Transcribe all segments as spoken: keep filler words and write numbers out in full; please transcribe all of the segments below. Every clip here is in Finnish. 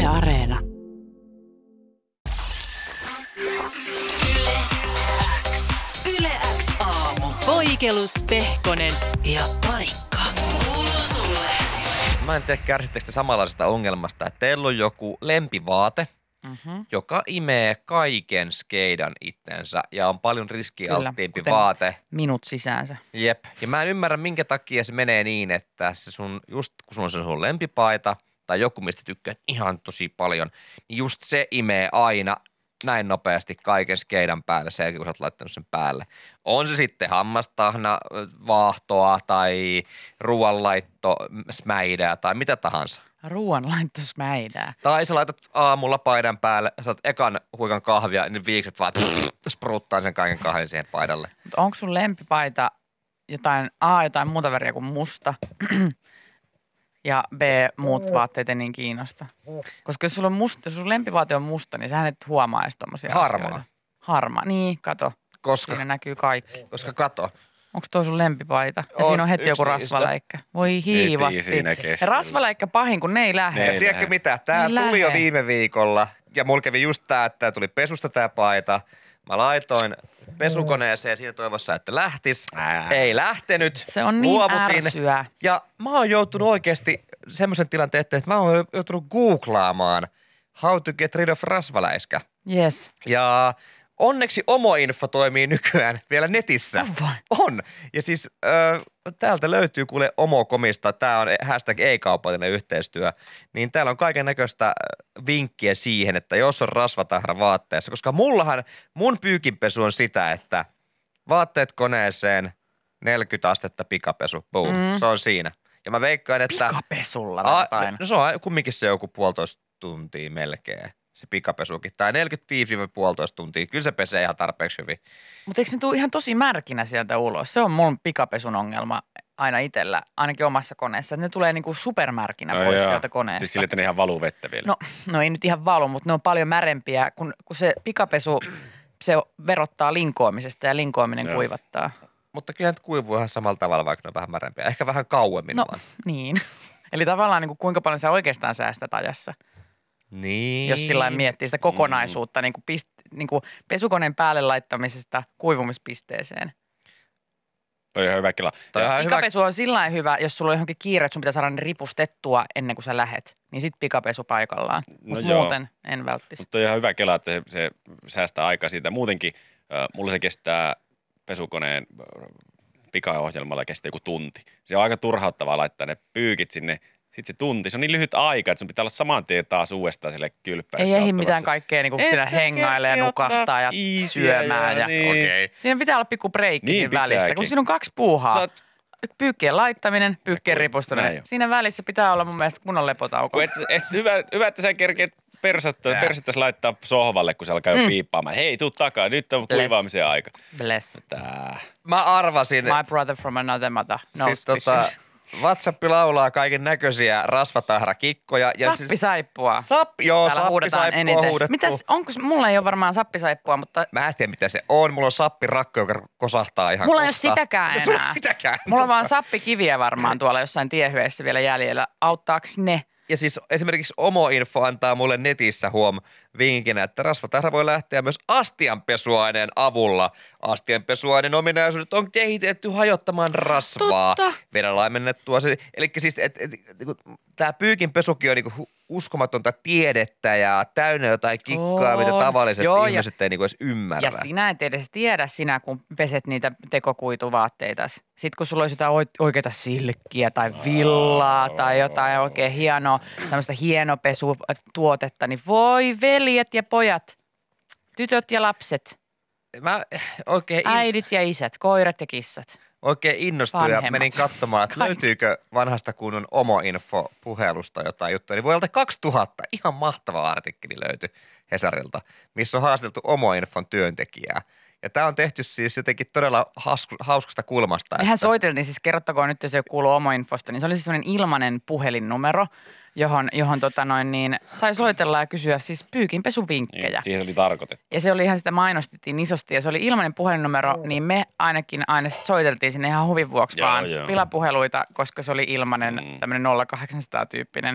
Yle Areena. Yle X aamu. Voikelus, Pehkonen ja Parikka. Kuuluu sulle. Mä en tiedä, kärsittekö te samanlaisesta ongelmasta, että teillä on joku lempivaate, mm-hmm. joka imee kaiken skeidan itsensä ja on paljon riskialttiimpi vaate. Minut sisäänsä. Jep. Ja mä en ymmärrä, minkä takia se menee niin, että se sun, just kun sun on se sun lempipaita tai joku, mistä tykkäät ihan tosi paljon, niin just se imee aina näin nopeasti kaiken skeidan päälle sen jälkeen, kun sä oot laittanut sen päälle. On se sitten hammastahna, vaahtoa tai ruoanlaitto, smäidää tai mitä tahansa. Ruoanlaitto smäidää. Tai sä laitat aamulla paidan päälle, sä oot ekan huikan kahvia, niin viikset vaan spruttaa sen kaiken kahvin siihen paidalle. Mutta onko sun lempipaita jotain, A, jotain muuta väriä kuin musta ja B, muut vaatteet ei niin kiinnosta? Koska jos sulla on musta, jos sun lempivaate on musta, niin sähän et huomaa edes tommosia Harmaa. asioita. Harmaa. Niin, kato. Koska, Siinä näkyy kaikki. koska kato. Onko toi sun lempipaita? Ja On siinä on heti yksi joku niistä. rasvaläikkä. Voi hiivatti. siinä Ja keskellä. rasvaläikkä pahin, kun ne ei lähde. Ne Ja ei tiedätkö lähde. mitä? Tää Ei tuli jo lähde. viime viikolla ja mulla kävi just tää, että tää tuli pesusta tää paita. Mä laitoin pesukoneeseen siinä toivossa, että lähtis. Ää. Ei lähtenyt. Se on niin Luovutin. ärsyä. Ja mä oon joutunut oikeasti semmoisen tilanteen, että mä oon joutunut googlaamaan how to get rid of rasvaläiskä. Yes. Ja onneksi Omo-info toimii nykyään vielä netissä. On vai? On. Ja siis äh, täältä löytyy kuule Omo-komista, tää on hashtag ei-kaupallinen yhteistyö, niin täällä on kaiken näköistä vinkkiä siihen, että jos on rasvatahra vaatteessa, koska mullahan, mun pyykinpesu on sitä, että vaatteet koneeseen, neljäkymmentä astetta pikapesu, boom, mm. se on siinä. Ja mä veikkaan, että... Pikapesulla A, vertain. no se on kumminkin se joku puolitoista tuntia melkein, se pikapesukin. Tai neljäkymmentäviisi puolitoista tuntia. Kyllä se pesee ihan tarpeeksi hyvin. Mutta eikö ne tule ihan tosi märkinä sieltä ulos? Se on mun pikapesun ongelma aina itsellä, ainakin omassa koneessa. Ne tulee niinku supermärkinä No pois joo. sieltä koneesta. Siis sille, että ne ihan valuu vettä vielä. No, no ei nyt ihan valu, mutta ne on paljon märempiä, kun, kun se pikapesu, se verottaa linkoamisesta ja linkoaminen Joo. kuivattaa. Mutta kyllä nyt kuivuu ihan samalla tavalla, vaikka ne on vähän märempiä. Ehkä vähän kauemmin No vaan. niin. Eli tavallaan niin kuin, kuinka paljon sä oikeastaan säästät ajassa, Niin. jos sillä lailla miettii sitä kokonaisuutta niin kuin pist, niin kuin pesukoneen päälle laittamisesta kuivumispisteeseen. Toi on ihan hyvä kela. Toi on ihan hyvä. Pikapesu on sillä lailla hyvä, jos sulla on johonkin kiire, että sun pitää saada ne ripustettua ennen kuin sä lähet. Niin sit pikapesu paikallaan. No Mutta joo. muuten en välttisi. Mutta toi on ihan hyvä kela, että se, se säästää aikaa siitä. Muutenkin äh, mulla se kestää pesukoneen äh, pikaohjelmalla kestää joku tunti. Se on aika turhauttavaa laittaa ne pyykit sinne. Sitten se tunti, se on niin lyhyt aika, että sun pitää olla saman tien taas uudestaan sille kylppärissä. Ei ehdi ottamassa. mitään kaikkea niin kuin Et siinä sä hengailee ja kerkeä nukahtaa ja ottaa easyä syömään. Ja, niin. Okei. Siinä pitää olla pikku breikki Niin siinä välissä, pitääkin. kun siinä on kaksi puuhaa. Sä oot, Pyykkien laittaminen, pyykkien Näin ripustaminen. on. Siinä välissä pitää olla mun mielestä kunnon lepotauko. kun et, et, hyvä, hyvä, että sä kerkeet persettä, persettäisi laittaa sohvalle, kun se alkaa jo Mm. piippaamaan. Hei, tuu takaa, nyt on Bless. kuivaamisen aika. Bless. Tää. Mä arvasin, My brother from another mother. No, siis tota, WhatsApp laulaa kaiken näköisiä rasvatahrakikkoja. Ja sappisaippua. Siis, sap, joo, Täällä huudetaan sappisaippua eniten. huudettu. Mitäs, onko, mulla ei ole varmaan sappisaippua, mutta Mä en tiedä, mitä se on. Mulla on sappirakko, joka kosahtaa ihan mulla ei ole kohta. sitäkään No, sulla ei enää. ole sitäkään. Mulla on vaan sappikiviä varmaan tuolla jossain tiehyessä vielä jäljellä. Auttaaks ne? Ja siis esimerkiksi Omo-info antaa mulle netissä huom vinkinä, että rasvatahra voi lähteä myös astianpesuaineen avulla. Astianpesuaineen ominaisuudet on kehitetty hajottamaan rasvaa. Totta. Vedä laimennettua se. Eli siis et, et, et, tämä pyykinpesukin on niinku uskomatonta tiedettä ja täynnä jotain kikkaa, On. mitä tavalliset Joo, ja- ihmiset ei niinku edes ymmärrä. Ja sinä et edes tiedä sinä, kun peset niitä tekokuituvaatteita. Sitten kun sulla olisi jotain oi- oikeita silkkiä tai villaa tai jotain oikein hienoa, tämmöistä hienopesutuotetta, niin voi veljet ja pojat, tytöt ja lapset, Mä oikein, in, äidit ja isät, koirat ja kissat. oikein innostuin ja vanhemmat. menin katsomaan, että Kaikki. löytyykö vanhasta kunnon Omo-info-puhelusta jotain juttuja. Niin vuodelta kaksituhatta ihan mahtava artikkeli löytyi Hesarilta, missä on haasteltu Omo-infon työntekijää. Ja tämä on tehty siis jotenkin todella hasku, hauskasta kulmasta. Mehän että- soiteltiin, siis kerrottakoon nyt, jos ei kuulu Omo-infosta, niin se oli siis semmoinen ilmainen puhelinnumero, johon, johon tota noin niin, sai soitella ja kysyä siis pyykinpesuvinkkejä. Niin, siihen oli tarkoitettu. Ja se oli ihan sitä mainostettiin isosti ja se oli ilmainen puhelinnumero, niin me ainakin aina sit soiteltiin sinne ihan huvin vuoksi Joo, vaan joo. pilapuheluita, koska se oli ilmainen Mm. tämmöinen nolla kahdeksansataa tyyppinen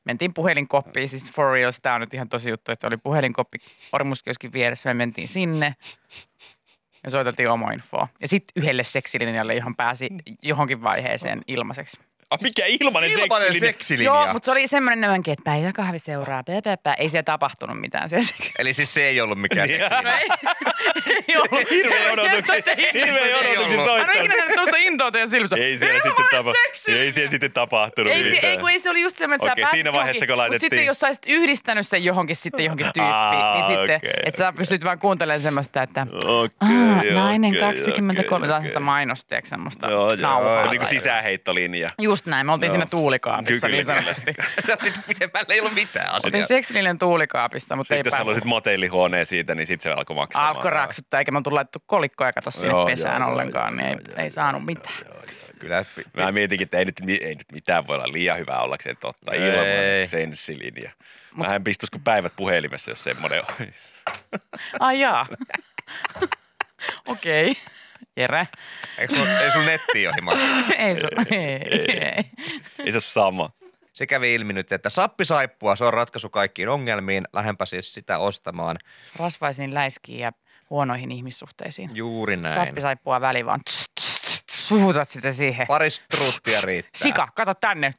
mentiin puhelinkoppiin, siis for reals, tämä on nyt ihan tosi juttu, että oli puhelinkoppi Ormuskioskin vieressä, me mentiin sinne ja soiteltiin Omoinfoa. Ja sitten yhdelle seksilinjalle, johon pääsi johonkin vaiheeseen ilmaiseksi. Ah, mikä ilmanen, Ilmanen seksilinja? seksilinja. Joo, mutta se oli semmoinen nämänkin, että päiväkahvi seuraa, pää, pää, pää. Ei siellä tapahtunut mitään. Se, Eli siis se ei ollut mikään seksilinja. ei, ei ollut. Hirveä odotuksia, hirveä odotuksia Mä en ole soittaa. ikinä nähnyt tuosta intoa teidän silmissä. Ei siellä sitten, tapa- ei siellä sitten tapahtunut Ei, se, mitään. ei, kun ei se oli just semmoinen, että Okei, sä pääsit siinä vaiheessa, kun johonkin, laitettiin- mutta sitten jos sä olisit yhdistänyt sen johonkin sitten johonkin tyyppiin, Aa, niin sitten, okei, että sä pystyt vaan kuuntelemaan semmoista, että Okei, Aa, okei, nainen okei, kaksikymmentäkolme, okei. tai sitä mainosteeksi semmoista Joo, joo, nauhaa. niin kuin sisäheittolinja. Just näin, me oltiin siinä tuulikaapissa Kyllä, niin kyllä. sanotusti. Sä olit pitemmällä, ei ollut mitään asiaa. Oltiin seksilinjan tuulikaapissa, mutta ei Sitten jos päästy. haluaisit motellihuoneen siitä, niin sitten se alkoi maksamaan. Alkoi raksuttaa, eikä me on tullut laittu kolikkoja kato sinne Joo, pesään joo, ollenkaan, joo, niin ei, joo, ei joo, saanut mitään. Kyllä, Mä mietinkin, että ei nyt, ei nyt mitään voi olla liian hyvää ollakseen totta. Ei. Ilman senssilinja. Mä en pistus kuin päivät puhelimessa, jos semmoinen olisi. Ai jaa. Okei. Okay. Jere. Eikö sun, ei sun netti ole himassa? ei, su- ei, ei, ei. Ei se ole sama. Se kävi ilmi nyt, että sappisaippua, se on ratkaisu kaikkiin ongelmiin. Lähempä siis sitä ostamaan. Rasvaisiin läiskiin ja huonoihin ihmissuhteisiin. Juuri näin. Sappisaippua väliin vaan tss, tss, tss, suutat sitä siihen. Pari struttia riittää. Sika, kato tänne.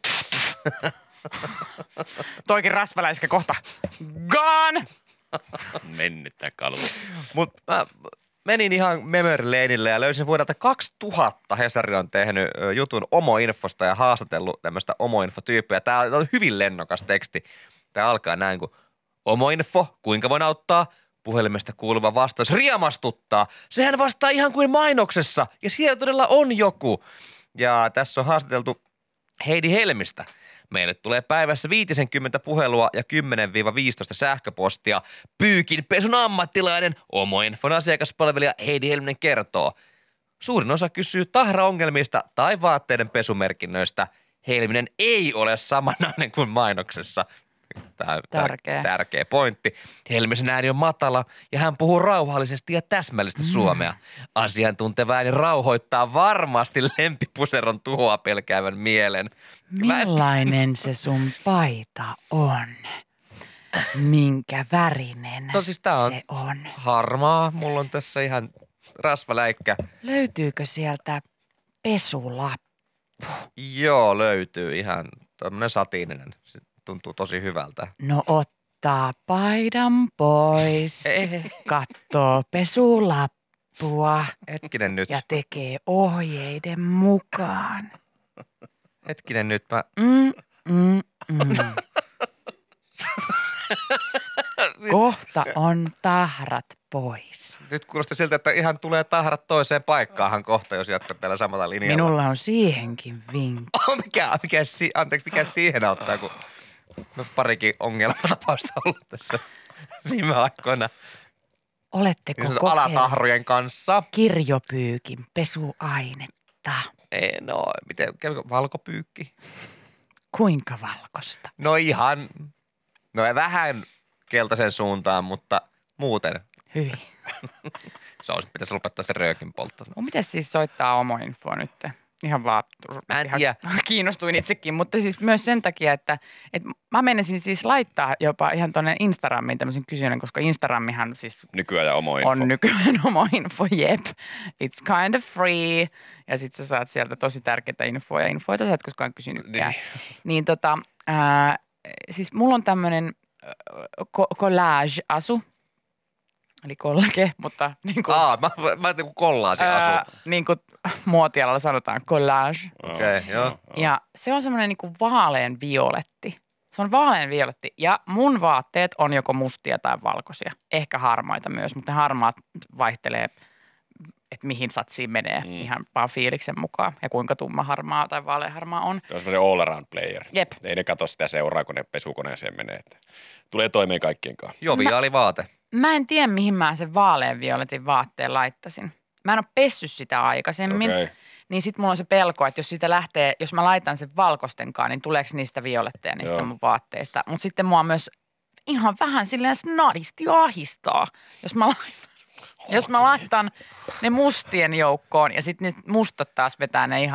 Toikin rasvaläiskä kohta. Gone! Mennyttä kalua. Mut mä menin ihan memory laneille ja löysin vuodelta kaksituhatta. Hesari on tehnyt ö, jutun Omoinfosta ja haastatellut tämmöistä Omoinfo-tyyppiä. Tää on hyvin lennokas teksti. Tää alkaa näin kuin Omoinfo, kuinka voin auttaa? Puhelimesta kuuluva vastaus riemastuttaa. Sehän vastaa ihan kuin mainoksessa ja siellä todella on joku. Ja tässä on haastateltu Heidi Helmistä. Meille tulee päivässä viisikymmentä puhelua ja kymmenen viisitoista sähköpostia. Pyykinpesun ammattilainen, Omoinfon asiakaspalvelija Heidi Helminen kertoo. Suurin osa kysyy tahraongelmista tai vaatteiden pesumerkinnöistä. Helminen ei ole samanlainen kuin mainoksessa. Tämä on Tärkeä. tärkeä pointti. Helmisen ääni on matala ja hän puhuu rauhallisesti ja täsmällistä mm. suomea. Asiantunteva ääni rauhoittaa varmasti lempipuseron tuhoa pelkäävän mielen. Millainen se sun paita on? Minkä värinen No siis tää on se on? harmaa. Mulla on tässä ihan rasvaläikkä. Löytyykö sieltä pesulappu? Joo, löytyy ihan tämmönen satiininen. Se tuntuu tosi hyvältä. No ottaa paidan pois, Ei, kattoo pesulappua hetkinen nyt. ja tekee ohjeiden mukaan. Hetkinen nyt. Mä... Mm, mm, mm. Kohta on tahrat pois. Nyt kuulostaa siltä, että ihan tulee tahrat toiseen paikkaahan kohta, jos jatkat tällä samalla linjalla. Minulla on siihenkin vinkki. Oh, mikä, mikä, si- anteeksi, mikä siihen auttaa, kun no, parikin ongelmatapausta ollut tässä viime aikoina. Oletteko Niin kokeilleet alatahrojen kanssa. kirjopyykin pesuainetta? Ei, no, miten, käykö valkopyykki? Kuinka valkosta? No ihan, no vähän keltaisen suuntaan, mutta muuten Hyvin. se olisi, pitäisi lopettaa se röökin poltto. No, miten siis soittaa Omoinfoa nyt? Ihan vaan Mä en ihan tiedä. kiinnostuin itsekin, mutta siis myös sen takia, että, että mä menisin siis laittaa jopa ihan tuonne Instagramiin tämmöisen kysynnän, koska Instagramihan siis Nykyajan Omoinfo. on nykyään Omoinfo, jep. It's kind of free. Ja sit sä saat sieltä tosi tärkeitä infoa ja infoita, sä et koskaan kysynytkään. Niin. Niin tota, ää, siis mulla on tämmönen ko- collage-asu, eli kollage, mutta niin kuin, Aa, mä, mä niin kuin kollaasin ää, asun. niin kuin muotialalla sanotaan collage. Okei, okay, joo. Ja se on semmoinen niin kuin vaalean violetti. Se on vaalean violetti ja mun vaatteet on joko mustia tai valkoisia. Ehkä harmaita myös, mutta ne harmaat vaihtelee, että mihin satsiin menee mm. ihan vaan fiiliksen mukaan. Ja kuinka tumma harmaa tai vaaleanharmaa on. Se on semmoinen all around player. Jep. Ei ne katso sitä seuraa, kun ne pesukoneeseen menee. Että tulee toimeen kaikkien kanssa. Joviaali vaate. Mä en tiedä, mihin mä sen vaalean violetin vaatteen laittasin. Mä en ole pessy sitä aikaisemmin. Okei. Niin sit mulla on se pelko, että jos siitä lähtee, jos mä laitan sen valkostenkaan, niin tuleeko niistä violetteja niistä Joo. mun vaatteista. Mutta sitten mua myös ihan vähän silleen snadisti ahistaa, jos mä laitan, jos mä laitan ne mustien joukkoon ja sitten ne mustat taas vetää ne ihan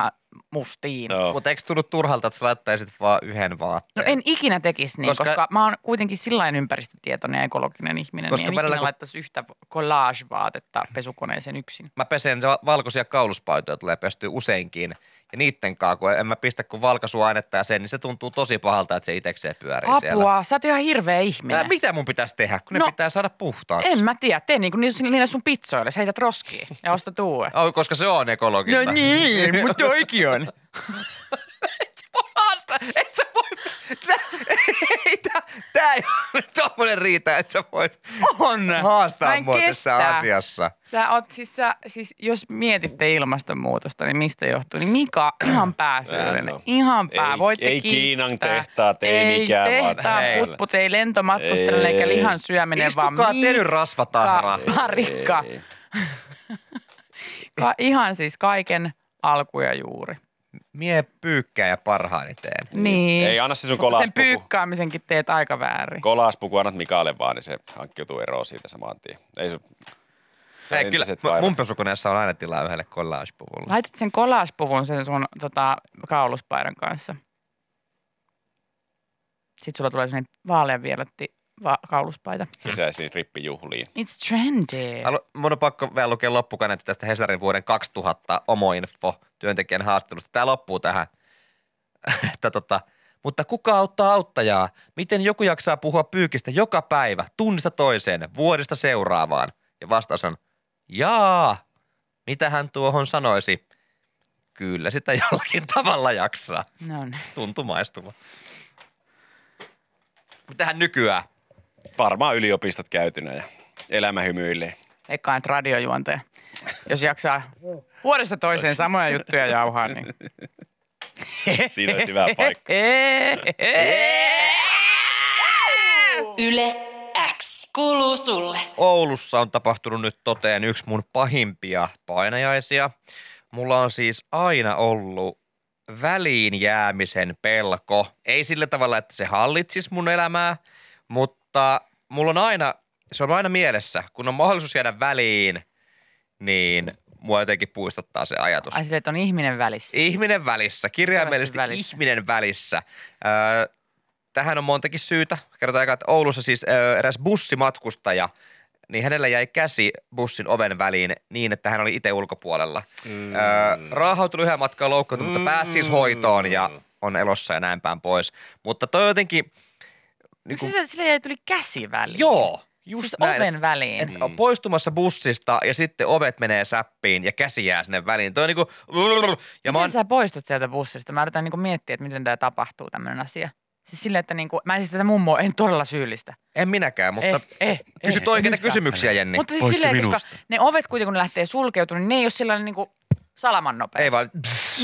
mustiin. No. Mutta eikö tullut turhalta, että sä laittaisit vaan yhden No vaatteen? en ikinä tekisi niin, Koska- koska, koska mä oon kuitenkin sillain ympäristötietoinen ja ekologinen ihminen, Koska niin en välillä ikinä kun- laittaisi yhtä collage-vaatetta pesukoneeseen yksin. Mä pesen va- valkoisia kauluspaitoja, tulee pestyä useinkin. Ja niitten kanssa, kun en mä pistä kuin valkaisuainetta ja sen, niin se tuntuu tosi pahalta, että se itekseen pyörii siellä. Apua, sä oot ihan hirveä Ää, ihminen. mitä mun pitäisi tehdä, kun ne No, pitää saada puhtaaksi? En mä tiedä, tee niin kuin niille sun pizzoille, sä heität roskiin ja ostat uuden. Oh, koska se on ekologista. No niin, mutta toikin on. Haasta, et sä voi, ei, tää, tää ei ole tommonen riitä, että sä voit On. Mä haastaa en mua tässä kestä. asiassa. Sä oot siis, sä, siis, jos mietitte ilmastonmuutosta, niin mistä johtuu? Niin Mika, ihan pääsyyllinen. No. Ihan pää. Ei- Voitte ei kiittää. Kiinan tehtaat, ei mikään, vaan tehtaan hei. putput, ei lentomatkustaminen Ei. eikä lihan syöminen, vaan Istukaa tehnyt rasvatahraa. Mika Parikka. Ei. Ka- ihan siis kaiken alku ja juuri. Mie pyykkää ja parhaani teen. Niin. Ei, anna se sun Mutta sen kolaspuku. pyykkaamisenkin teet aika väärin. Kolaspuku annat Mikalle vaan, niin se hankkiutuu eroon siitä saman tien. Ei se, se Ei, kyllä, entiset mun vaivat. pesukoneessa on aina tilaa yhdelle collage-puvulle. Laitat sen collage-puvun sen sun tota, kauluspaidan kanssa. Sitten sulla tulee sellainen vaaleanvioletti va- kauluspaita. Kesäisiin rippijuhliin. It's trendy. Halu- Mun on pakko vielä lukea loppukaneetti tästä Hesarin vuoden kaksituhatta Omoinfo työntekijän haastattelusta. Tämä loppuu tähän. että tota, mutta kuka auttaa auttajaa? Miten joku jaksaa puhua pyykistä joka päivä, tunnista toiseen, vuodesta seuraavaan? Ja vastaus on, jaa, mitä hän tuohon sanoisi? Kyllä sitä jollakin tavalla jaksaa. No niin. Tuntuu maistuva. Mitähän nykyään? Varmaan yliopistot käytynä ja elämä hymyilee. Eikä nyt radiojuonteja. Jos jaksaa vuodesta toiseen samoja juttuja jauhaa, niin... Siinä olisi hyvä paikka. Yle X kuuluu sulle. Oulussa on tapahtunut nyt toteen yksi mun pahimpia painajaisia. Mulla on siis aina ollut väliin jäämisen pelko. Ei sillä tavalla, että se hallitsisi mun elämää, mutta mulla on aina, se on aina mielessä, kun on mahdollisuus jäädä väliin, niin mua jotenkin puistottaa se ajatus. Ai sille, että on ihminen välissä. Ihminen välissä, kirjaimellisesti välissä. ihminen välissä. Öö, tähän on montakin syytä. Kerrotaan eka, että Oulussa siis öö, eräs bussimatkustaja, niin hänellä jäi käsi bussin oven väliin niin, että hän oli itse ulkopuolella. Mm. Öö, raahautui lyhyen matkaa loukkaantunut, mutta pääsi siis hoitoon ja on elossa ja näin päin pois. Mutta toi jotenkin... Miksi sille, sille jäi tuli käsi väliin? Joo, just Siis näin. oven väliin. Et on poistumassa bussista ja sitten ovet menee säppiin ja käsi jää sinne väliin. Toi on niinku... Ja Miten mä oon, sä poistut sieltä bussista? Mä yritän niinku miettiä, että miten tämä tapahtuu, tämmöinen asia. Siis silleen, että niinku, mä en siis tätä mummoa, en todella syyllistä. en minäkään, mutta Eh, eh, kysyt eh, oikeita mistään. kysymyksiä, Jenni. Mutta siis Pois se silleen, koska minusta. ne ovet kuitenkin, kun ne lähtee sulkeutumaan, niin ne ei ole sellainen niinku salaman nopea. Ei vaan,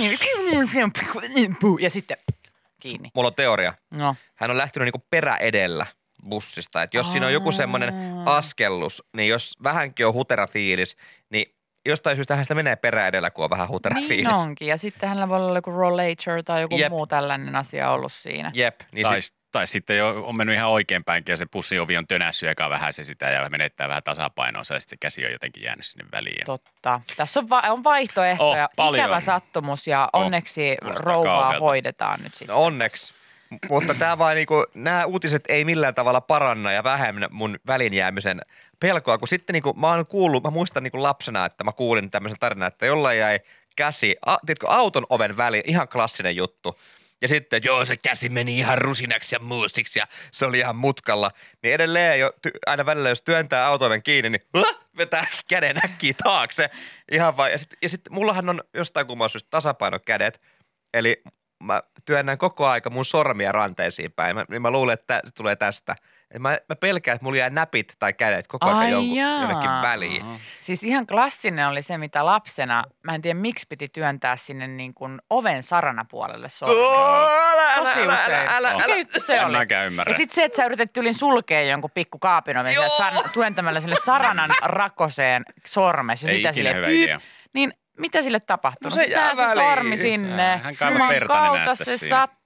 Niin, ja sitten kiinni. mulla on teoria. No. Hän on lähtenyt niinku perä edellä bussista. Et jos siinä on joku semmoinen askellus, niin jos vähänkin on hutera fiilis, niin jostain syystä hän sitä menee perä edellä, kun on vähän hutera Niin fiilis. onkin. Ja sitten hänellä voi olla joku rollator tai joku Jep. muu tällainen asia ollut siinä. Jep. Niin Tai, sit, tai sitten jo on mennyt ihan oikeinpäinkin ja se pussiovi on tönässyt eka vähän se sitä ja menettää vähän tasapainoa ja sitten se käsi on jotenkin jäänyt sinne väliin. Ja Totta. Tässä on, va- on vaihtoehtoja. Oh, paljon. Ikävä sattumus ja Oh, onneksi kuulostaa rouvaa kauhealta. hoidetaan nyt sitten. no onneksi. M- Mutta tämä vaan niinku, nämä uutiset ei millään tavalla paranna ja vähemmän mun välinjäämisen pelkoa, kun sitten niinku, mä oon kuullut, mä muistan niinku lapsena, että mä kuulin tämmöisen tarinan, että jollain jäi käsi, a, tiedätkö, auton oven väliin, ihan klassinen juttu. Ja sitten, että joo, se käsi meni ihan rusinaksi ja muustiksi ja se oli ihan mutkalla. Niin edelleen jo ty- aina välillä, jos työntää autoven kiinni, niin huh, vetää käden äkkiä taakse. Ihan vaan. Ja sitten ja sit mullahan on jostain kumman syystä tasapainokädet. Eli mä työnnän koko aika mun sormia ranteisiin päin. Mä, niin mä luulen, että se tulee tästä. Et mä, mä pelkään, että mulla jää näpit tai kädet koko ajan Ai jonkun, jaa. jonnekin väliin. Siis ihan klassinen oli se, mitä lapsena, mä en tiedä miksi piti työntää sinne niin kuin oven saranapuolelle sormia. Oh, älä, älä, Tosi älä, älä, usein. älä, älä, älä. Kyllä se en oli. mäkään ymmärrä. Ja sitten se, että sä yrität tylin sulkea jonkun pikku kaapin oven, sieltä san- työntämällä sille saranan rakoseen sormesi. Ei sitä ikinä silleen, hyvä pyy- idea. Niin mitä sille tapahtuu? No No se se jää jää se väliin. sormi sinne. Hän kaivaa Juman verta kautta nenästä se siinä. sattuu.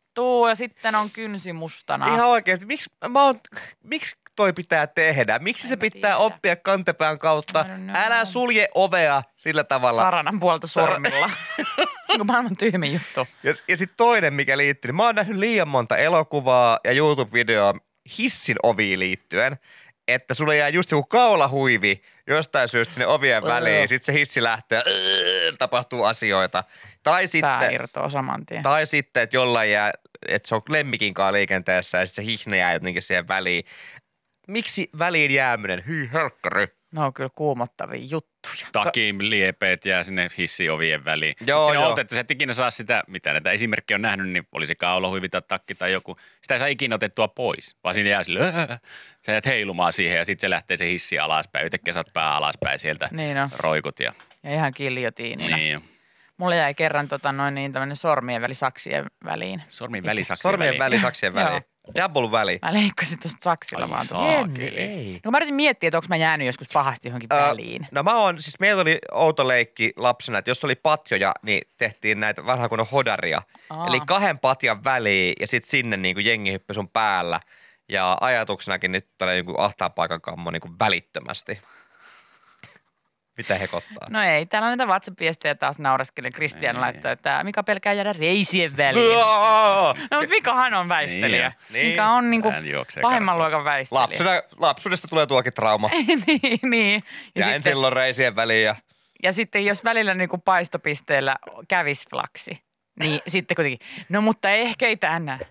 sattuu ja sitten on kynsi mustana. Ihan oikeasti. Miksi, mä oon, miksi toi pitää tehdä? Miksi En se mä pitää tiedä. oppia kantapään kautta? I don't know. Älä sulje ovea sillä tavalla. Saranan puolta sormilla. Se on maailman tyhmin juttu. Ja, ja sitten toinen, mikä liittyy, niin mä oon nähnyt liian monta elokuvaa ja YouTube-videoa hissin oviin liittyen, että sulle jää just joku kaulahuivi jostain syystä sinne ovien väliin, sit se hissi lähtee, öö, tapahtuu asioita. Tai Pää sitten, irtoaa saman tien. tai sitten, että jollain jää, että se on lemmikinkaan liikenteessä ja sitten se hihne jää jotenkin siihen väliin. Miksi väliin jääminen? Hyi helkkari. Ne on kyllä kuumottavia juttuja. Takin liepeet jää sinne hissiovien väliin. Joo, Siinä joo. on, että sä et ikinä saa sitä, mitä näitä esimerkkejä on nähnyt, niin oli se kaulahuivi tai takki tai joku. Sitä ei saa ikinä otettua pois, vaan siinä jää sille, sä jäät heilumaan siihen ja sitten se lähtee se hissi alaspäin. Yhtäkkiä saat pää alaspäin sieltä Niin on. roikut. Ja, Ja ihan kiljotiinina. niin. jo. Mulla jäi kerran tota, noin niin tämmöinen sormien väli saksien väliin. Sormin välisaksien Sormien väliin. väli, saksien Joo. väliin. Jabbulun väli. Mä leikkasin tuosta saksilla Ai vaan. saakeli. Ei. No mä yritin miettiä, että onko mä jäänyt joskus pahasti johonkin Ö, väliin. No mä oon, siis meillä oli outo leikki lapsena, että jos oli patjoja, niin tehtiin näitä vanhaa kunnon hodaria. Aa. Eli kahden patjan väliin ja sitten sinne niin kuin jengi hyppi sun päällä. Ja ajatuksenakin nyt tulee niin kuin ahtaan paikan kammo niin kuin välittömästi. Mitä hekottaa? No ei, täällä on näitä WhatsApp-viestejä taas naureskelen. Kristian Ei. laittaa, että Mika pelkää jäädä reisien väliin. Uaa! No mutta Mikahan on väistelijä. Niin. Mika on niinku Hän juoksee pahimman karkuun. luokan väistelijä. Lapsena, lapsuudesta tulee tuokin trauma. niin, niin. Ja, Jäin sitten, silloin reisien väliin ja ja sitten jos välillä niinku paistopisteellä kävis flaksi, niin sitten kuitenkin, no mutta ehkä ei tänään.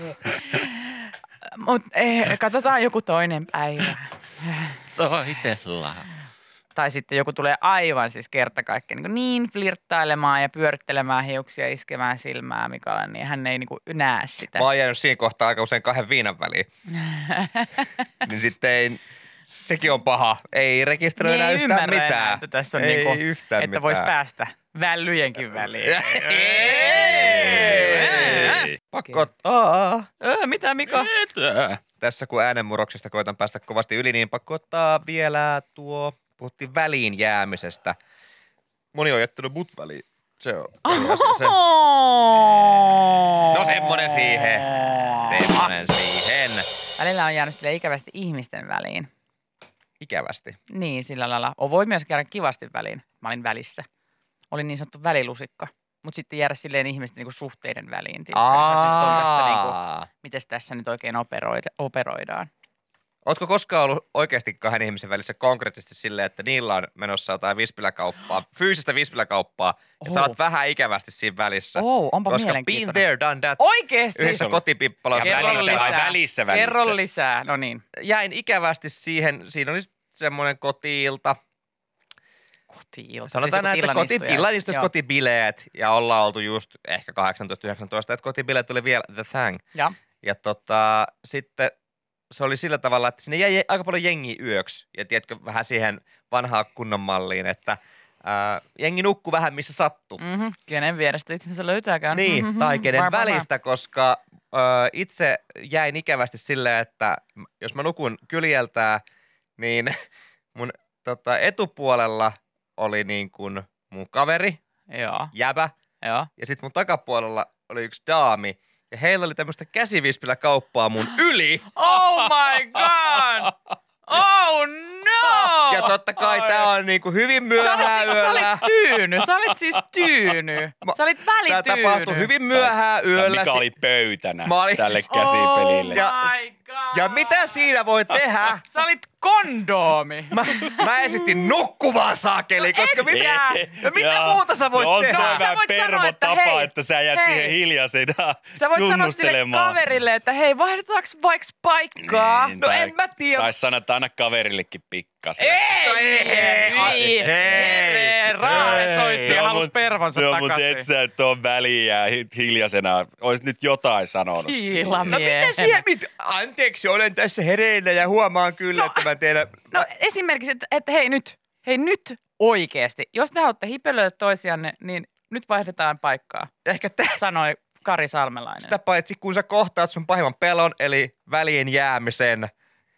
Mutta eh, katsotaan joku toinen päivä. Soitellaan. Tai sitten joku tulee aivan siis kerta kaikkiaan niin, niin flirttailemaan ja pyörittelemään hiuksia, iskemään silmää Mikalle, niin hän ei niin kuin näe sitä. mä oon jäänyt siinä kohtaa aika usein kahden viinan väliin. niin sitten ei, sekin on paha. Ei rekisteröidä Niin ei yhtään ymmärrä enää, mitään. että tässä on ei niin kuin, yhtään että mitään. voisi päästä vällyjenkin väliin. Ei. Pakko ottaa. Öö, mitä Mika? Mitä? Tässä kun äänenmurroksesta koitan päästä kovasti yli, niin pakko ottaa vielä tuo, puhuttiin väliin jäämisestä. Moni on jättänyt mut väliin. Se on eri asia, se. No semmonen siihen. Semmonen siihen. Välillä on jäänyt sille ikävästi ihmisten väliin. Ikävästi. Niin, sillä lailla. O, voi myös käydä kivasti väliin. Mä olin välissä. Olin niin sanottu välilusikka. Mutta sitten jäädä silleen ihmisten niinku suhteiden väliin. Niinku, miten tässä nyt oikein operoida, operoidaan. Ootko koskaan ollut oikeasti kahden ihmisen välissä konkreettisesti silleen, että niillä on menossa jotain vispiläkauppaa, fyysistä vispiläkauppaa, ja Oh. sä oot vähän ikävästi siinä välissä. Oh, onpa koska been mielenkiintoinen. there, done that. Oikeesti? Yhdessä kotipippalassa. Ja Kerro välissä, lisää. ai välissä välissä. Kerro lisää. No niin. Jäin ikävästi siihen, siinä oli semmoinen koti-ilta. Koti-ilta. Sanotaan Siis näin, joku että koti, illanistuja. illanistujat, Joo. kotibileet, ja ollaan oltu just ehkä kahdeksantoista yhdeksäntoista, että kotibileet oli vielä the thing. Ja. Ja tota, sitten se oli sillä tavalla, että sinne jäi aika paljon jengiä yöksi. Ja tiedätkö, vähän siihen vanhaan kunnon malliin, että ää, jengi nukkuu vähän missä sattuu. Mm-hmm. Kenen vierestä itsensä löytääkään. Niin, Mm-hmm. tai kenen Varmaan. välistä, koska ö, itse jäin ikävästi silleen, että jos mä nukun kyljeltää, niin mun tota, etupuolella oli niin kuin mun kaveri, Joo, jäbä, joo. ja sitten mun takapuolella oli yksi daami, ja heillä oli tämmöistä käsivispilä-kauppaa mun yli. Oh my god! Oh no! Ja totta kai tää on niinku hyvin Sä myöhään olit, sä yöllä. olit tyyny, sä olit siis tyyny. Sä olit Tää välityyny. tapahtui hyvin myöhään Tai yöllä. Mikä oli pöytänä Mä olin- tälle Oh käsipelille. Ja- Oh my god! Ja mitä siinä voi tehdä? Sä olit kondoomi. Mä, mä esitin nukkuvaa saakeli, koska et mitä, sä. no mitä Jaa. muuta sä voit no, tehdä? On Sä toi vähän voit sanoa, pervo että tapa, hei, että sä jäät hei. siihen hiljaisena Sä voit sanoa sille tunnustelemaan. kaverille, että hei, vaihdetaanko vaikka paikkaa? Niin, No tai- en mä tiedä. Tai sanot, että anna kaverillekin pikkasen. Ei, No ei, ei, ei, ei, Raave soitti ja Joo, halusi mut- pervonsa Joo, mutta takaisin. et sä et oo väliä hi- hiljaisena. Oisit nyt jotain sanonut Kiila No miehen. mitä siellä? Mit? Anteeksi, olen tässä hereillä ja huomaan kyllä, No. että mä teidän... No esimerkiksi, että, että hei nyt, hei nyt oikeasti. Jos te haluatte hipelöidä toisianne, niin nyt vaihdetaan paikkaa, Ehkä tä, sanoi Kari Salmelainen. sitä paitsi, kun sä kohtaat sun pahimman pelon, eli väliin jäämisen,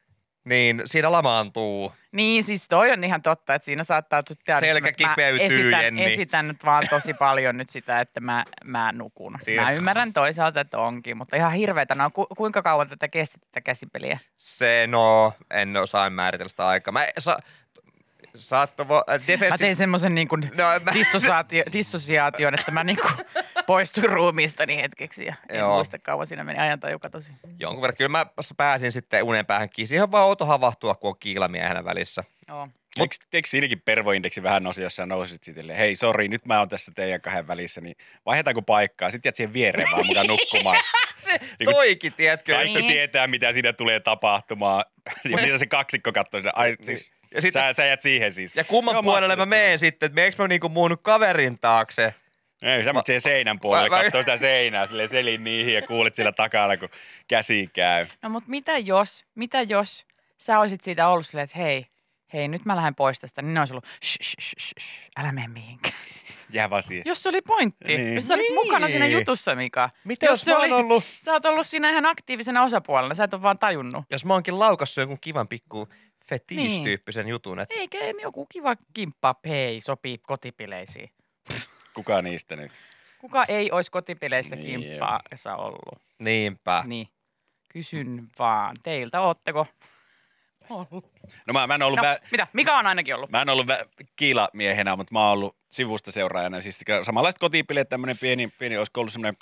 niin siinä lamaantuu. Niin, siis toi on ihan totta, että siinä saattaa tehdä, Selkä että mä kipeytyy, esitän, Jenni. esitän nyt vaan tosi paljon nyt sitä, että mä, mä nukun. Sieltä. Mä ymmärrän toisaalta, että onkin, mutta ihan hirveetä. No, ku, kuinka kauan tätä kesti tätä käsipeliä? Se, no, en osaa määritellä sitä aikaa. Mä sa, saattovo, äh, Mä defenssi... tein semmoisen niin kuin No, mä- dissosiaatio, dissosiaation, että mä niin kuin poistuin ruumiistani hetkeksi ja en Joo. muista kauan siinä meni ajan taju katosi. Jonkun verran. Kyllä mä pääsin sitten unen päähän kiinni. Siihen on vaan outo havahtua, kun on kiilamiehenä välissä. Joo. Eikö, eikö siinäkin pervoindeksi vähän nousi, jos sä nousit sitten, hei sori, nyt mä oon tässä teidän kahden välissä, niin vaihdetaanko paikkaa? Sitten jäät siihen viereen vaan mukaan nukkumaan. Se Niin kuin toikin, tiedätkö? Kaikki Niin. tietää, mitä siinä tulee tapahtumaan. Ja mitä se kaksikko katsoo siinä. Ai, siis, Ja sitten- sä, sä jäät siihen siis. Ja kumman Joo, puolelle mä ajattelin, meen sitten, että meneekö mä niinku muun kaverin taakse? Ei, sä menet siihen seinän puolelle, Mä- mä- katsoo sitä seinää, silleen selin niihin ja kuulet siellä takana, kun käsi käy. No mutta mitä jos, mitä jos sä olisit siitä ollut silleen, että hei, hei nyt mä lähden pois tästä, niin ne olisi ollut, shh, shh, shh, shh, älä mene mihinkään. Jää vaan siihen. Jos se oli pointti, Niin. jos sä olit Niin. mukana siinä jutussa, Mika. Mitä jos se mä oon ollut- Sä oot ollut siinä ihan aktiivisena osapuolella, sä et ole vaan tajunnut. Jos mä oonkin laukassut jonkun kivan pikku fetiis-tyyppisen jutun, että Eikä joku kiva kimppa, hei, sopii kotipileisiin. Kuka niistä nyt? Kuka ei olisi kotipileissä Niin, kimppaassa ollut? niinpä. Niin, kysyn vaan. Teiltä ootteko ollut? No mä, mä en ollut... No, vä- mitä? Mika on ainakin ollut. Mä en ollut vä- kiilamiehenä, mutta mä oon ollut sivusta seuraajana. Siis samanlaiset kotipileet, tämmönen pieni, pieni, olisiko ollut semmoinen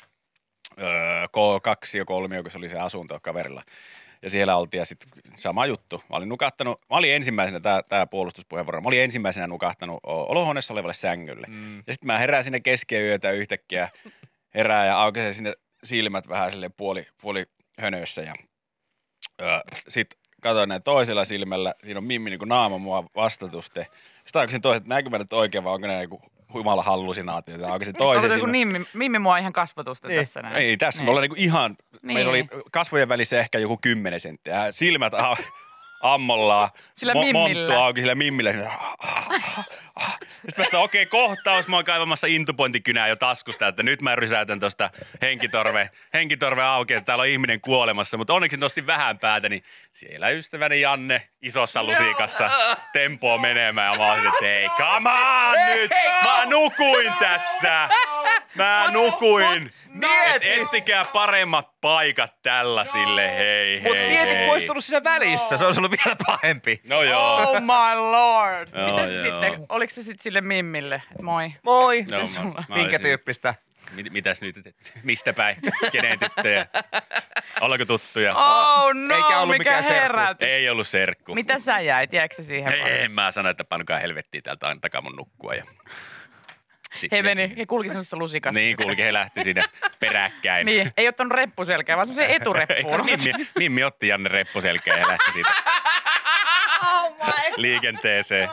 öö, K kaksi ja kolme, kun se oli se asunto kaverilla. Ja siellä oltiin ja sitten sama juttu. Mä olin nukahtanut, mä olin ensimmäisenä, tää, tää puolustuspuheenvuoro, mä olin ensimmäisenä nukahtanut o- olohuoneessa olevalle sängylle. Mm. Ja sitten mä herään sinne keskeen yötä yhtäkkiä, herää ja aukaisen sinne silmät vähän silleen puoli, puoli hönössä ja öö, sitten katsoin näin toisella silmällä, siinä on Mimmi niin kuin naama mua vastatusten. Sitten aukasin toisen, että näinkö mä nyt oikein vai onko ne niin humala hallusinaatioita. Aukasin toisen Oliko silmän. Mimmi, Mimmi mua ihan kasvotusta Niin. tässä näin. Ei, tässä Niin. me ollaan niinku ihan, Niin. meillä oli kasvojen välissä ehkä joku kymmenen senttiä. Silmät a- ammollaan. Sillä mo- Mimmillä. Monttu auki sillä Mimmillä. Sitten mä että okei, kohtaus. Mä oon kaivamassa intupointikynää jo taskusta, että nyt mä rysäytän tuosta henkitorve, henkitorve auki, että täällä on ihminen kuolemassa. Mutta onneksi nostin vähän päätä, niin siellä ystäväni Janne isossa lusikassa tempoo menemään. Ja mä oon että hei, come on nyt! Mä nukuin tässä! Mä nukuin! Et ettikää paremmat paikat tällaisille, hei Mut hei mieti, hei. kun olisi tullut siinä välissä, se olisi ollut vielä pahempi. No joo. Oh my lord. Joo, Mitä se joo. sitten, oliko se sitten sille Mimmille, että moi? Moi! No, sulla? mä, mä Minkä olisin- tyyppistä? Mit, mitäs nyt? Mistä päin? Kenen tyttöjä? Ollaanko tuttuja? Oh no, Eikä ollut mikä mikään serkku. herätys. Ei ollut serkku. Mitä sä jäit, jääkö se siihen? vaan? Ei, mä sanoin, että panukaa helvettiin täältä aina takaa mun nukkua. Ja... Sitten He meni, sinne. he kulki semmoisessa lusikassa. Niin, kulki, he lähti sinne peräkkäin. Niin, ei ottanut reppuselkää, vaan semmoisen etureppuun. Mimmi, Mimmi otti Janne reppuselkään ja lähti siitä liikenteeseen.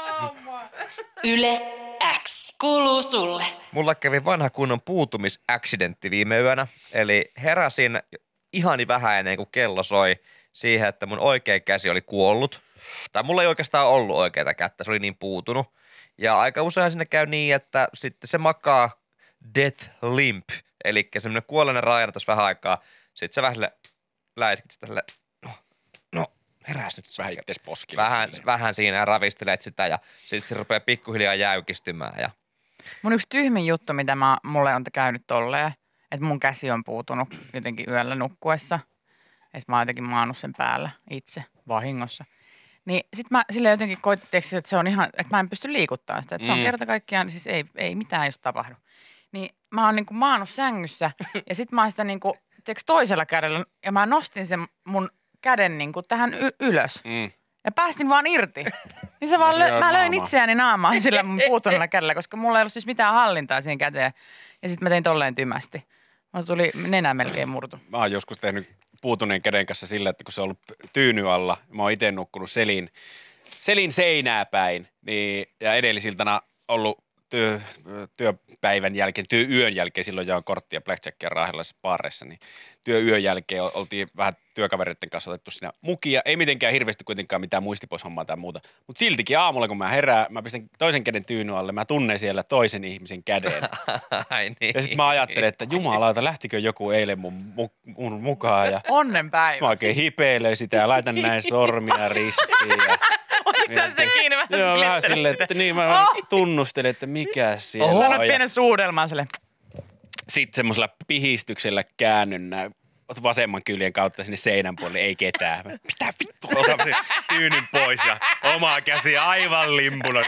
Yle X kuuluu sulle. Mulla kävi vanha kunnon puutumisaccidentti viime yönä. Eli heräsin ihani vähän ennen kuin kello soi siihen, että mun oikea käsi oli kuollut. Tai mulla ei oikeastaan ollut oikeata kättä, se oli niin puutunut. Ja aika usein sinne käy niin, että sitten se makaa death limp, eli semmoinen kuollinen raajana tuossa vähän aikaa. Sitten sä vähän sille läiskit sitä sille, no, no heräs nyt. Vähän ittees poskille. Vähän, silleen. vähän siinä ja ravistelet sitä ja sitten se rupeaa pikkuhiljaa jäykistymään. Ja Mun yksi tyhmin juttu, mitä mä, mulle on käynyt tolleen, että mun käsi on puutunut jotenkin yöllä nukkuessa. Että mä oon jotenkin maannut sen päällä itse vahingossa. Niin sit mä silleen jotenkin koitin, että se on ihan, että mä en pysty liikuttamaan sitä. Että se on Mm. kerta kaikkiaan, siis ei, ei mitään just tapahdu. Niin mä oon niinku maannut sängyssä ja sit mä oon sitä niinku, tiiäks, toisella kädellä ja mä nostin sen mun käden niinku tähän y- ylös. Mm. Ja päästin vaan irti. Niin se vaan lö- Joo, mä löin naamaa. itseäni naamaan sillä mun puutuneella kädellä, koska mulla ei ollut siis mitään hallintaa siihen käteen. Ja sitten mä tein tolleen tymästi. Mulla tuli nenä melkein murtu. Mä oon joskus tehnyt puutuneen käden kanssa sillä, että kun se on ollut tyyny alla, mä oon itse nukkunut selin, selin seinää päin, niin, ja edellisiltana ollut työ, työpäivän jälkeen, työyön jälkeen, silloin jaan korttia blackjackia Raahellaisessa baarissa, niin työyön jälkeen oltiin vähän työkavereiden kanssa otettu siinä mukia. Ei mitenkään hirveästi kuitenkaan mitään muistipoishommaa tai muuta. Mutta siltikin aamulla, kun mä herään, mä pistän toisen käden tyynyn alle, mä tunnen siellä toisen ihmisen käden. Ai niin. Ja sitten mä ajattelen, että jumalauta, lähtikö joku eilen mun, mun mukaan. Ja Onnenpäivä. mä oikein hipeilen sitä ja laitan näin sormia ristiin. Ja oliko sä se kiinni vähän joo, vähän silleen, että niin mä Oh. tunnustelen, että mikä siellä Oho. on. Sanoit Ja pienen suudelman sille. sitten semmoisella pihistyksellä käännyn näin vasemman kyljen kautta sinne seinän puolelle, ei ketään. Mä, mitä vittu? Otan sen tyynyn pois ja omaa käsi aivan limpuna.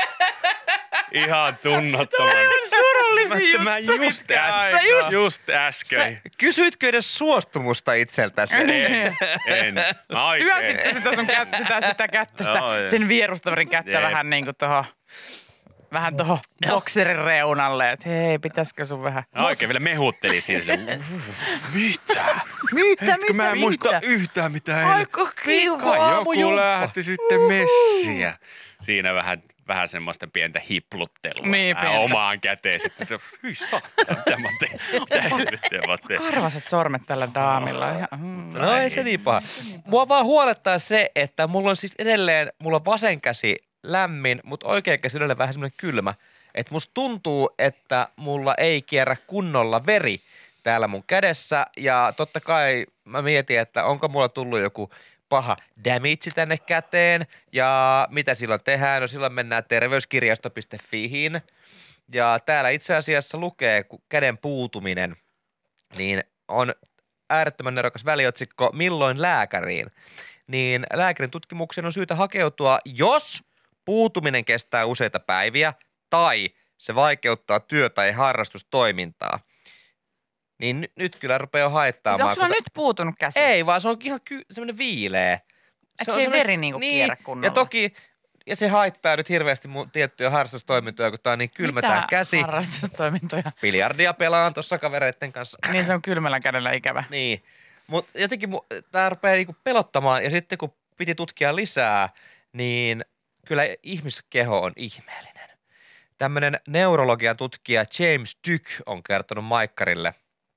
Ihan tunnottoman. Surullisin Mä juttu. just Sä äsken. just- Just äsken. Kysyitkö edes suostumusta itseltäsi? En, en. Mä oikein. Työnsit sä sitä sun kättä, sitä, sitä kättä, sitä, Joo, joo. sen vierustaverin kättä Jep. vähän niin kuin tuohon, vähän tuohon bokserin reunalle, että hei, pitäisikö sun vähän. Mä oikein vielä mehutteli siinä. silleen, Mitä? Mitä, Etkö mä en muista yhtään mitään ennen. Aika kiva. Kai joku lähti sitten messiä. Siinä vähän, vähän semmoista pientä hipluttelua. Niin, vähän pientä. omaan käteen. Sitten sitä, hyi saa, mitä mä teen? Mitä helvettiä mä teen? Karvaset sormet tällä daamilla. Ihan, mm. No ei se niin paha. Mua vaan huolettaa se, että mulla on siis edelleen, mulla on vasen käsi lämmin, mutta oikea käsi edelleen vähän semmoinen kylmä. Että musta tuntuu, että mulla ei kierrä kunnolla veri täällä mun kädessä. Ja totta kai mä mietin, että onko mulla tullut joku paha damage tänne käteen. Ja mitä silloin tehdään? No silloin mennään terveyskirjasto piste fiihin. Ja täällä itse asiassa lukee ku- käden puutuminen, niin on äärettömän nerokas väliotsikko Milloin lääkäriin? Niin lääkärin tutkimukseen on syytä hakeutua, jos puutuminen kestää useita päiviä tai se vaikeuttaa työ- tai harrastustoimintaa. Niin n- nyt kyllä rupeaa Siis haittaamaan. onko sulla kun ta- nyt puutunut käsi? Ei, vaan se on ihan ky- semmoinen viileä. Et se on ei semmoinen- veri niinku kierrä kunnolla. Ja toki, ja se haittaa nyt hirveästi mun tiettyjä harrastustoimintoja, kun tää on niin kylmä tää Mitä käsi. harrastustoimintoja? Biljardia pelaan tuossa kavereitten kanssa. Niin se on kylmällä kädellä ikävä. Niin, mutta jotenkin mu- tää rupeaa niinku pelottamaan ja sitten kun piti tutkia lisää, niin kyllä ihmiskeho on ihmeellinen. Tämmöinen neurologian tutkija James Duke on kertonut Maikkarille,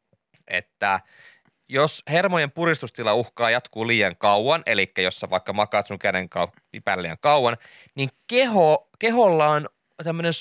että jos hermojen puristustila uhkaa jatkuu liian kauan, eli jos sä vaikka makaat sun käden kau- päällä liian kauan, niin keho, keholla on tämmöinen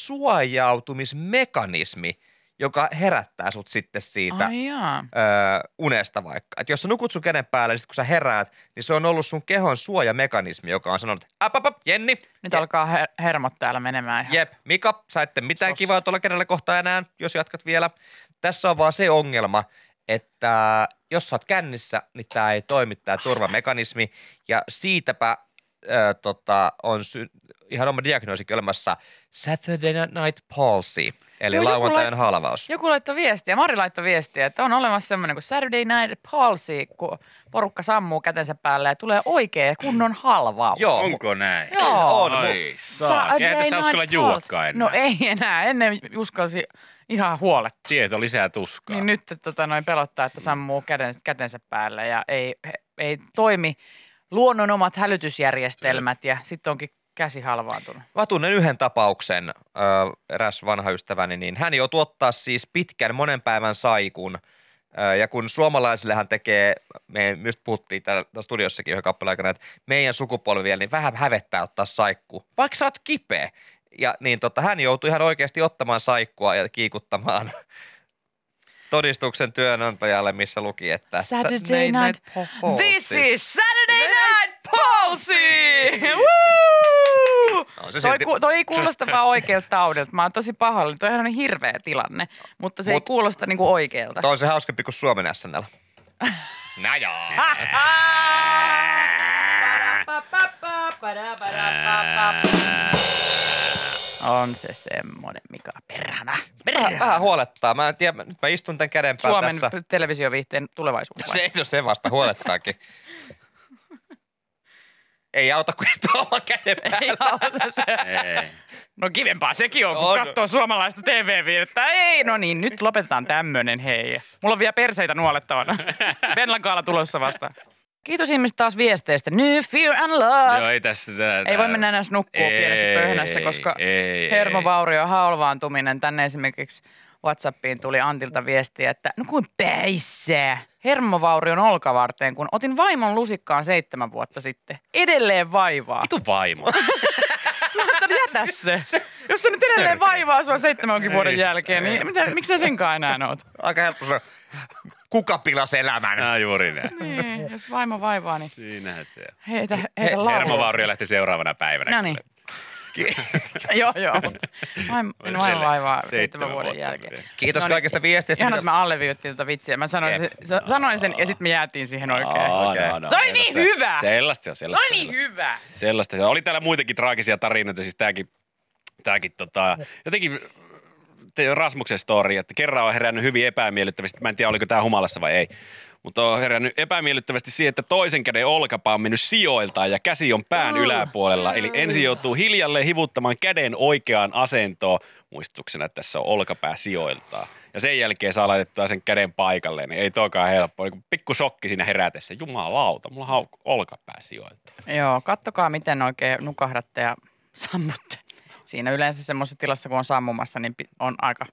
suojautumismekanismi, joka herättää sut sitten siitä Ai jaa. öö, unesta vaikka. Et jos sä nukut sun käden päälle, niin sit kun sä heräät, niin se on ollut sun kehon suojamekanismi, joka on sanonut, ap, ap, ap, Jenni, Nyt alkaa her- hermot täällä menemään ihan. jep, Mika, sä ette mitään Sos. kivaa tuolla kädellä kohtaa enää, jos jatkat vielä. Tässä on vaan se ongelma, että jos sä oot kännissä, niin tää ei toimi tää turvamekanismi, ja siitäpä öö, tota, on sy- ihan oma diagnoosikin olemassa Saturday Night Palsy, eli Joo, joku lauantajan lait- halvaus. Joku laittoi viestiä, Mari laittoi viestiä, että on olemassa semmoinen kuin Saturday Night Palsy, kun porukka sammuu kätensä päälle ja tulee oikea kunnon halvaus. Joo, Onko näin? Joo. On. Ai saa. Eihän tässä uskalla juokaan enää. No ei enää, ennen uskalsi ihan huoletta. Tieto lisää tuskaa. Niin nyt tota, noin pelottaa, että sammuu käden, kätensä päälle ja ei, he, ei toimi luonnon omat hälytysjärjestelmät ja sitten onkin käsi halvaantunut. Mä tunnen yhden tapauksen, ö, eräs vanha ystäväni, niin hän joutui ottaa siis pitkän monen päivän saikun. Ö, ja kun suomalaisillehan tekee, me just puhuttiin täällä studiossakin yhden kappaleen aikana, että meidän sukupolvi vielä, niin vähän hävettää ottaa saikku, vaikka sä oot kipeä. Ja niin tota, hän joutui ihan oikeasti ottamaan saikkua ja kiikuttamaan todistuksen työnantajalle, missä luki, että Saturday Night Palsy. This is Saturday Night Palsy! Woo! On se Toi, silti- ku, toi ei kuulosta vaan oikealta taudilta. Mä oon tosi pahoillani. Toihan on hirveä tilanne, mutta se Mut- ei kuulosta niinku oikealta. Toi on se hauskempi kuin Suomen S N L. No joo. On se semmonen, mikä perhana. Vähän, vähän huolettaa. Mä en tiedä, nyt mä istun tämän käden päällä Suomen tässä. televisioviihteen tulevaisuus. Se ei ole se vasta, huolettaakin. Ei auta, kun istuu oman käden Ei päällä. auta se. Ei. No kivempaa sekin on, kun On. katsoo suomalaista T V-viihdettä. Ei, no niin, nyt lopetetaan tämmönen, hei. Mulla on vielä perseitä nuolettavana. Venlankaalla tulossa vastaan. Kiitos ihmiset taas viesteistä. New Fear and Love. Joo, ei tässä... Tää, Ei voi mennä enää nukkua pienessä pöhnässä, koska ei, hermovaurio halvaantuminen. Tänne esimerkiksi WhatsAppiin tuli Antilta viestiä, että no kuin päissää. Hermovaurion olkavarteen, kun otin vaimon lusikkaan seitsemän vuotta sitten. Edelleen vaivaa. Vitu vaimo. Mä ajattelin, jätä se. Jos se nyt edelleen vaivaa sua seitsemänkin vuoden jälkeen, niin mitä, miksi sä senkaan enää oot? Aika helppo se. Kuka pilasi elämän? Nää juuri näin. Niin, jos vaimo vaivaa, niin Siinähän se on. heitä, heitä laulua. Hermovaurio lähti seuraavana päivänä. No niin. Joo, joo. Vaimo, vaimo vaivaa seitsemän vuoden jälkeen. Kiitos No niin. kaikista viesteistä. Ihan, että me alleviivittiin tuota vitsiä. Mä sanoin, Jep. se, sanoin sen ja sitten me jäätiin siihen oikein. Aa, Okei. no, no, Se oli niin sellaista- hyvä. Sellaista se on, Se sellaista. oli niin sellaista. hyvä. Sellaista. se on. Oli täällä muitakin traagisia tarinoita, siis tääkin, tääkin tota, jotenkin te- Rasmuksen story, että kerran on herännyt hyvin epämiellyttävästi. Mä en tiedä, oliko tää humalassa vai ei. Mutta on herännyt epämiellyttävästi siihen, että toisen käden olkapää on mennyt sijoiltaan ja käsi on pään yläpuolella. Eli ensin joutuu hiljalleen hivuttamaan käden oikeaan asentoon. Muistutuksena, että tässä on olkapää sijoiltaan. Ja sen jälkeen saa laitettua sen käden paikalleen, niin ei toikaan helppoa. Niin pikku shokki siinä herätessä. Jumalauta, mulla on olkapää sijoiltaan. Joo, kattokaa miten oikein nukahdatte ja sammutte. Siinä yleensä semmoisessa tilassa, kun on sammumassa, niin pi- on aika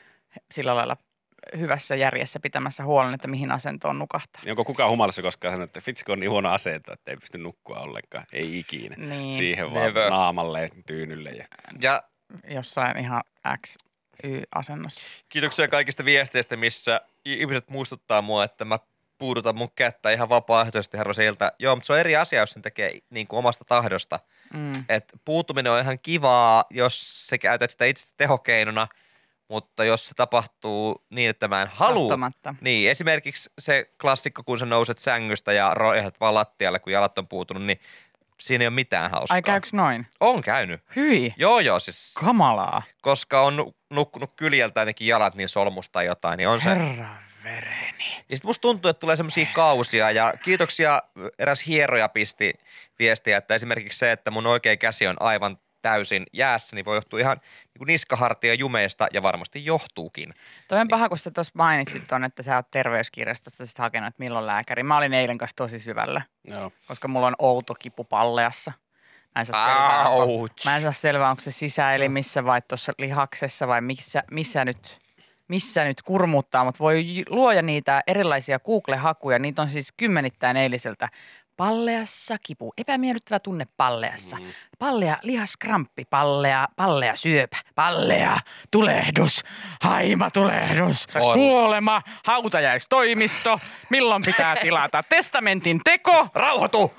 sillä lailla hyvässä järjessä pitämässä huolen, että mihin asentoon nukahtaa. Niin onko kukaan humalassa koskaan sanonut, että vitsi kun on niin huono asento, että ei pysty nukkua ollenkaan. Ei ikinä. Niin. Siihen vaan Never. naamalle ja tyynylle. Ja... Ja Jossain ihan X Y-asennossa. kiitoksia kaikista viesteistä, missä ihmiset muistuttaa mua, että mä puudutan mun kättä ihan vapaaehtoisesti harvoisilta. Joo, mutta se on eri asia, jos sen tekee niin kuin omasta tahdosta. Mm. Et puutuminen on ihan kivaa, jos sä käytät sitä itse tehokeinona, mutta jos se tapahtuu niin, että mä en halua. Tahtomatta. Niin, esimerkiksi se klassikko, kun sä nouset sängystä ja roihat vaan lattialle, kun jalat on puutunut, niin siinä ei ole mitään hauskaa. Ai käyks noin? On käynyt. Hyi, Joo, joo, siis kamalaa. koska on nu- nukkunut kyljeltä jotenkin jalat niin solmusta tai jotain, niin on se. Herran vereni. Ja sit musta tuntuu, että tulee semmoisia kausia ja kiitoksia, eräs hieroja pisti viestiä, että esimerkiksi se, että mun oikea käsi on aivan täysin jäässä, niin voi johtua ihan niin kuin niskahartia jumeista ja varmasti johtuukin. Toi on paha, kun sä tuossa mainitsit ton, että sä oot terveyskirjastosta sit hakenut, että milloin lääkäri. Mä olin eilen kanssa tosi syvällä, Joo. koska mulla on outo kipu palleassa. Mä en saa selvää, onko, Ouch. mä en saa selvää, onko se sisäelimissä vai tuossa lihaksessa vai missä, missä nyt missä nyt kurmuuttaa, mutta voi luoda niitä erilaisia Google-hakuja. Niitä on siis kymmenittäin eiliseltä. Palleassa kipu, epämiellyttävä tunne palleassa. Mm. Pallea lihaskramppi, pallea, pallea syöpä, pallea tulehdus, haimatulehdus, On. kuolema, hautajaistoimisto, milloin pitää tilata testamentin teko. Rauhoitu!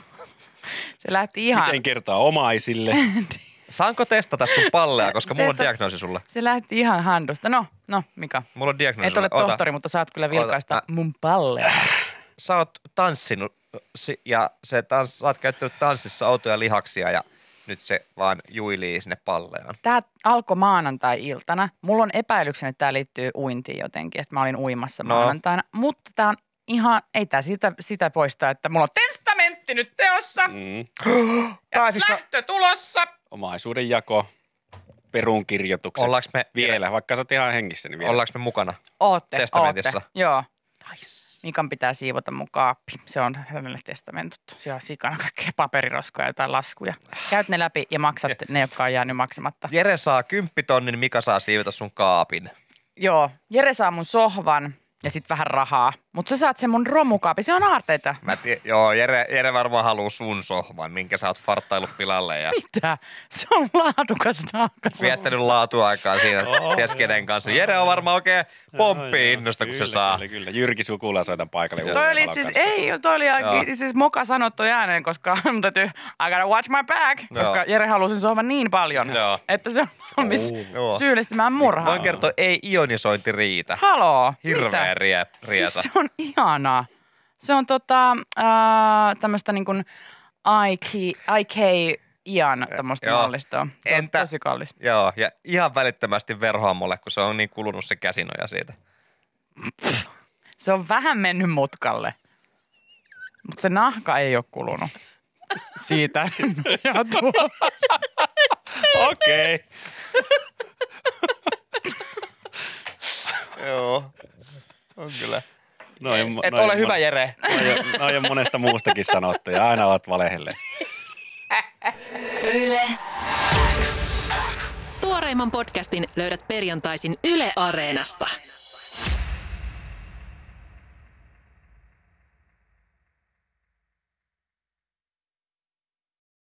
Se lähti ihan, Miten kertaa omaisille? Saanko testata sun pallea, koska Se- mulla se on to- diagnoosi sulle? se lähti ihan handusta. No, no, Mika. Mulla on diagnoosi Et ole sulle. Ota. tohtori, mutta saat kyllä vilkaista Ota. mun pallea. Sä oot tanssinut si- ja se tans, sä oot käyttänyt tanssissa outoja lihaksia ja nyt se vaan juilii sinne palleaan. Tämä alkoi maanantai-iltana. Mulla on epäilyksen, että tämä liittyy uintiin jotenkin, että mä olin uimassa No. maanantaina. Mutta tämä on ihan, ei tämä sitä, sitä poista, että mulla on testamentti nyt teossa Mm. ja Pääsiks mä- lähtö tulossa. Omaisuuden jako, perunkirjoitukset. Ollaanko me, Vielä, vaikka sä oot ihan hengissä, niin vielä. ollaanko me mukana? Ootte, Testamentissa. ootte. Joo. Mikan pitää siivota mun kaappi. Se on hänelle testamentuttu. Siellä on sikana kaikkea paperiroskoja ja jotain laskuja. Käyt ne läpi ja maksat ne, jotka on jäänyt maksamatta. Jere saa kymppitonnin, Mika saa siivota sun kaapin. Joo, Jere saa mun sohvan ja sit vähän rahaa. Mutta sä saat sen mun romukaapi. Se on aarteita. Mä tie- joo, Jere, Jere varmaan haluu sun sohvan, minkä sä oot farttaillut pilalle ja Mitä? Se on laadukas naakka. viettänyt laatuaikaa siinä ties kenen kanssa. Jere on varmaan oikein pomppi innosta, kun kyllä, se saa. Kyllä, kyllä. Jyrki Sukula soitan paikalle. Toi uuden oli valon siis, kanssa. ei, toi oli Joo. siis moka sanottu ääneen, koska mun täytyy, I gotta watch my back, Joo. koska Jere halusi sen sohvan niin paljon, Joo. että se on valmis Joo. syyllistymään murhaan. Voin kertoa, ei ionisointi riitä. Haloo, Hirveä mitä? rie, rieta. Siis se on ihanaa. Se on tota, äh, tämmöistä niin kuin I K Ian tämmöistä Joo. mallistoa. Se on Entä- tosi kallis. Joo, ja ihan välittömästi verhoa mulle, kun se on niin kulunut se käsinoja siitä. Se on vähän mennyt mutkalle, mutta se nahka ei ole kulunut siitä. Ja tuo. Okei. Joo, on kyllä. Noin, Et noin, ole noin, hyvä, Jere. Noin, noin on monesta muustakin sanottu ja aina olet valehelleen. Yle X. Tuoreimman podcastin löydät perjantaisin Yle Areenasta.